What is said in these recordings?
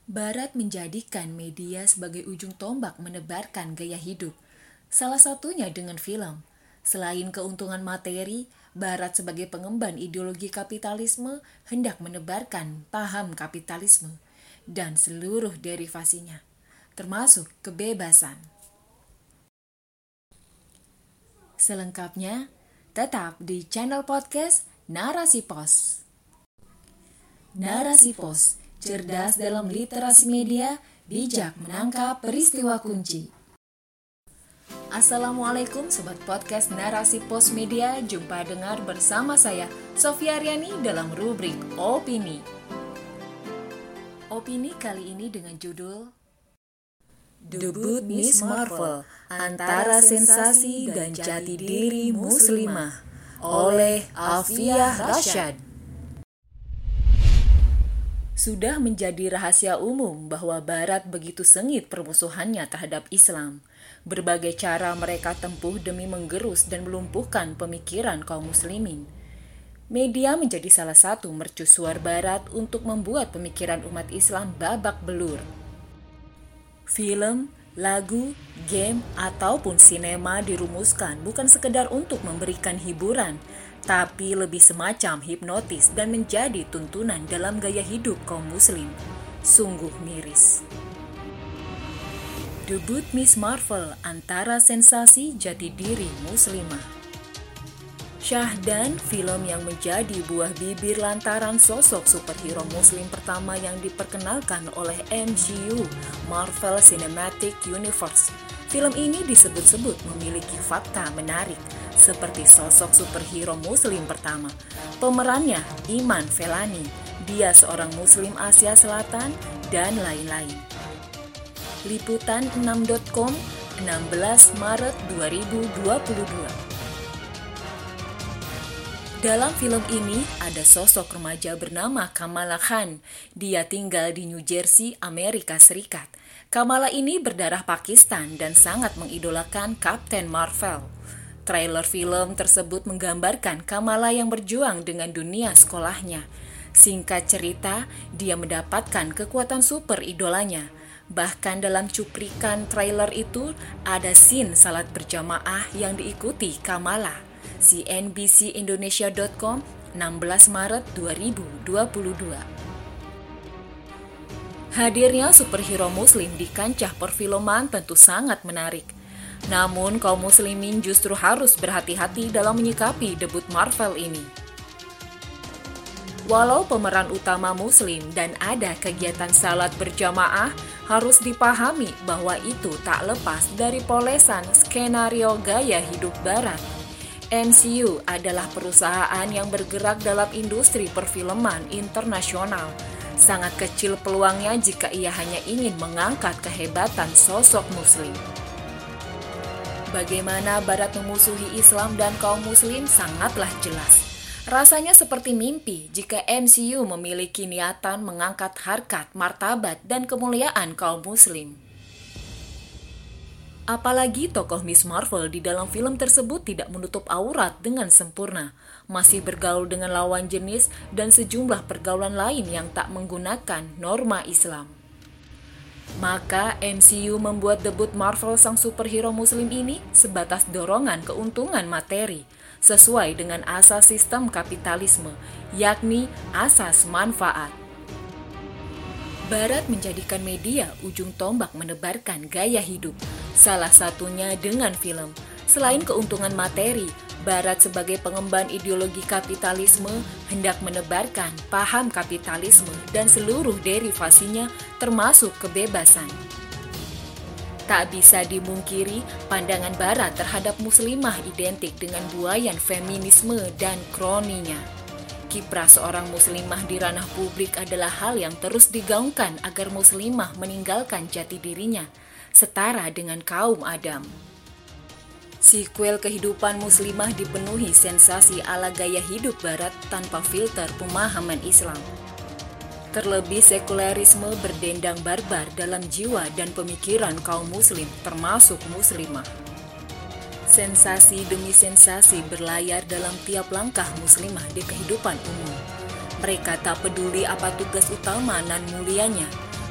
Barat menjadikan media sebagai ujung tombak menebarkan gaya hidup, salah satunya dengan film. Selain keuntungan materi, Barat sebagai pengemban ideologi kapitalisme hendak menebarkan paham kapitalisme dan seluruh derivasinya, termasuk kebebasan. Selengkapnya, tetap di channel podcast Narasi Pos. Narasi Pos, cerdas dalam literasi media, bijak menangkap peristiwa kunci. Assalamualaikum Sobat Podcast Narasi Pos Media, jumpa dengar bersama saya, Sofia Aryani dalam rubrik Opini. Opini kali ini dengan judul Debut Miss Marvel, Antara Sensasi dan Jati Diri Muslimah oleh Alfiah Rashad. Sudah menjadi rahasia umum bahwa Barat begitu sengit permusuhannya terhadap Islam. Berbagai cara mereka tempuh demi menggerus dan melumpuhkan pemikiran kaum muslimin. Media menjadi salah satu mercusuar Barat untuk membuat pemikiran umat Islam babak belur. Film, lagu, game, ataupun sinema dirumuskan bukan sekedar untuk memberikan hiburan, tapi lebih semacam hipnotis dan menjadi tuntunan dalam gaya hidup kaum muslim. Sungguh miris. Debut Miss Marvel, antara sensasi jati diri muslimah. Syahdan, film yang menjadi buah bibir lantaran sosok superhero muslim pertama yang diperkenalkan oleh MCU, Marvel Cinematic Universe. Film ini disebut-sebut memiliki fakta menarik, seperti sosok superhero muslim pertama. Pemerannya Iman Vellani, dia seorang muslim Asia Selatan, dan lain-lain. Liputan 6.com, 16 Maret 2022. Dalam film ini ada sosok remaja bernama Kamala Khan. Dia tinggal di New Jersey, Amerika Serikat. Kamala ini berdarah Pakistan dan sangat mengidolakan Captain Marvel. Trailer film tersebut menggambarkan Kamala yang berjuang dengan dunia sekolahnya. Singkat cerita, dia mendapatkan kekuatan super idolanya. Bahkan dalam cuplikan trailer itu ada scene salat berjamaah yang diikuti Kamala. CNBCindonesia.com 16 Maret 2022. Hadirnya superhero muslim di kancah perfilman tentu sangat menarik. Namun kaum muslimin justru harus berhati-hati dalam menyikapi debut Marvel ini. Walau pemeran utama muslim dan ada kegiatan salat berjamaah, harus dipahami bahwa itu tak lepas dari polesan skenario gaya hidup Barat. MCU adalah perusahaan yang bergerak dalam industri perfilman internasional. Sangat kecil peluangnya jika ia hanya ingin mengangkat kehebatan sosok muslim. Bagaimana Barat memusuhi Islam dan kaum muslim sangatlah jelas. Rasanya seperti mimpi jika MCU memiliki niatan mengangkat harkat, martabat, dan kemuliaan kaum muslim. Apalagi tokoh Miss Marvel di dalam film tersebut tidak menutup aurat dengan sempurna, masih bergaul dengan lawan jenis dan sejumlah pergaulan lain yang tak menggunakan norma Islam. Maka MCU membuat debut Marvel sang superhero muslim ini sebatas dorongan keuntungan materi, sesuai dengan asas sistem kapitalisme, yakni asas manfaat. Barat menjadikan media ujung tombak menebarkan gaya hidup, salah satunya dengan film. Selain keuntungan materi, Barat sebagai pengemban ideologi kapitalisme hendak menebarkan paham kapitalisme dan seluruh derivasinya termasuk kebebasan. Tak bisa dimungkiri, pandangan Barat terhadap muslimah identik dengan buayan feminisme dan kroninya. Kiprah seorang muslimah di ranah publik adalah hal yang terus digaungkan agar muslimah meninggalkan jati dirinya, setara dengan kaum Adam. Sequel kehidupan muslimah dipenuhi sensasi ala gaya hidup Barat tanpa filter pemahaman Islam. Terlebih sekulerisme berdendang barbar dalam jiwa dan pemikiran kaum muslim termasuk muslimah. Sensasi demi sensasi berlayar dalam tiap langkah muslimah di kehidupan umum. Mereka tak peduli apa tugas utama nan mulianya.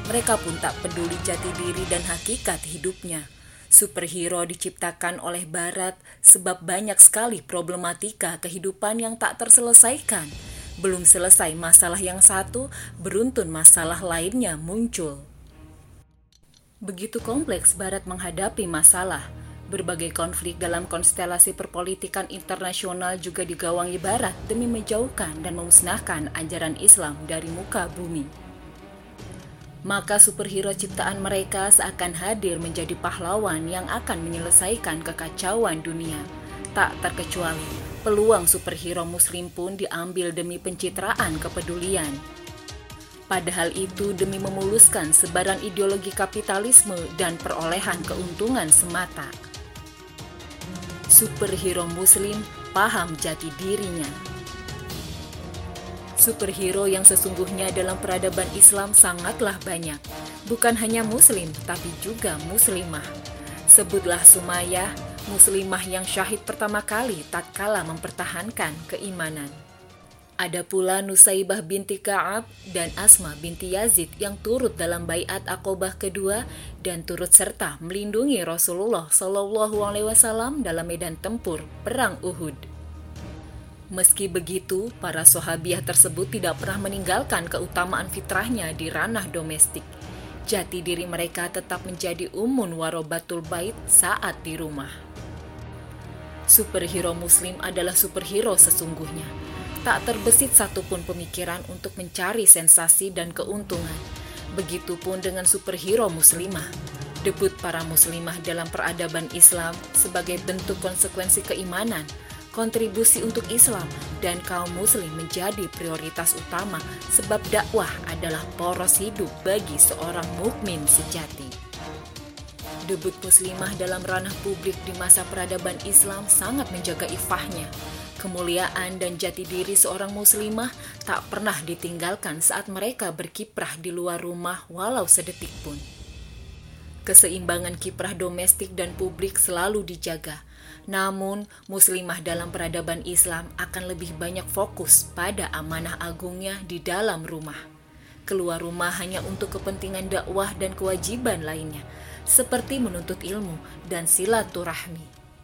Mereka pun tak peduli jati diri dan hakikat hidupnya. Superhero diciptakan oleh Barat sebab banyak sekali problematika kehidupan yang tak terselesaikan. Belum selesai masalah yang satu, beruntun masalah lainnya muncul. Begitu kompleks Barat menghadapi masalah. Berbagai konflik dalam konstelasi perpolitikan internasional juga digawangi Barat demi menjauhkan dan memusnahkan ajaran Islam dari muka bumi. Maka superhero ciptaan mereka seakan hadir menjadi pahlawan yang akan menyelesaikan kekacauan dunia. Tak terkecuali, peluang superhero muslim pun diambil demi pencitraan kepedulian. Padahal itu demi memuluskan sebaran ideologi kapitalisme dan perolehan keuntungan semata. Superhero muslim paham jati dirinya. Superhero yang sesungguhnya dalam peradaban Islam sangatlah banyak. Bukan hanya muslim, tapi juga muslimah. Sebutlah Sumayyah, muslimah yang syahid pertama kali tatkala mempertahankan keimanan. Ada pula Nusaibah binti Ka'ab dan Asma binti Yazid yang turut dalam baiat Aqobah kedua dan turut serta melindungi Rasulullah SAW dalam medan tempur Perang Uhud. Meski begitu, para sahabiah tersebut tidak pernah meninggalkan keutamaan fitrahnya di ranah domestik. Jati diri mereka tetap menjadi umun warobatul bait saat di rumah. Superhero muslim adalah superhero sesungguhnya. Tak terbesit satupun pemikiran untuk mencari sensasi dan keuntungan. Begitupun dengan superhero muslimah. Debut para muslimah dalam peradaban Islam sebagai bentuk konsekuensi keimanan, kontribusi untuk Islam dan kaum muslim menjadi prioritas utama sebab dakwah adalah poros hidup bagi seorang mukmin sejati. Debut muslimah dalam ranah publik di masa peradaban Islam sangat menjaga ifahnya. Kemuliaan dan jati diri seorang muslimah tak pernah ditinggalkan saat mereka berkiprah di luar rumah walau sedetik pun. Keseimbangan kiprah domestik dan publik selalu dijaga. Namun, muslimah dalam peradaban Islam akan lebih banyak fokus pada amanah agungnya di dalam rumah. Keluar rumah hanya untuk kepentingan dakwah dan kewajiban lainnya, seperti menuntut ilmu dan silaturahmi.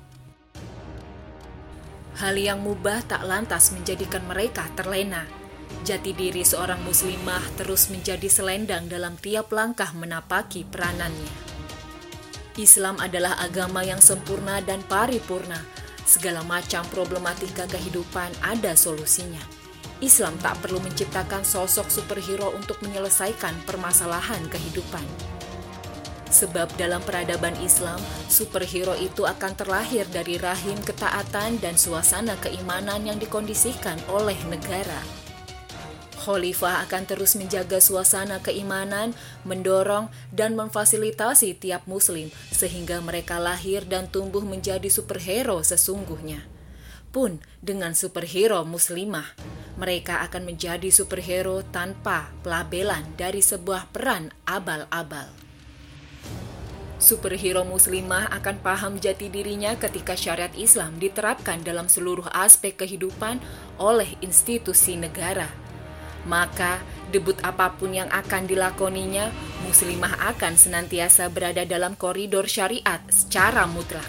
Hal yang mubah tak lantas menjadikan mereka terlena. Jati diri seorang muslimah terus menjadi selendang dalam tiap langkah menapaki peranannya. Islam adalah agama yang sempurna dan paripurna. Segala macam problematika kehidupan ada solusinya. Islam tak perlu menciptakan sosok superhero untuk menyelesaikan permasalahan kehidupan. Sebab dalam peradaban Islam, superhero itu akan terlahir dari rahim ketaatan dan suasana keimanan yang dikondisikan oleh negara. Khalifah akan terus menjaga suasana keimanan, mendorong dan memfasilitasi tiap muslim sehingga mereka lahir dan tumbuh menjadi superhero sesungguhnya. Pun dengan superhero muslimah, mereka akan menjadi superhero tanpa pelabelan dari sebuah peran abal-abal. Superhero muslimah akan paham jati dirinya ketika syariat Islam diterapkan dalam seluruh aspek kehidupan oleh institusi negara. Maka, debut apapun yang akan dilakoninya, muslimah akan senantiasa berada dalam koridor syariat secara mutlak.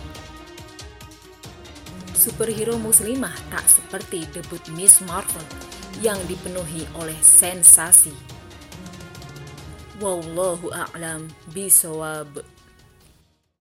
Superhero muslimah tak seperti debut Miss Marvel yang dipenuhi oleh sensasi. Wallahu a'lam bishawab.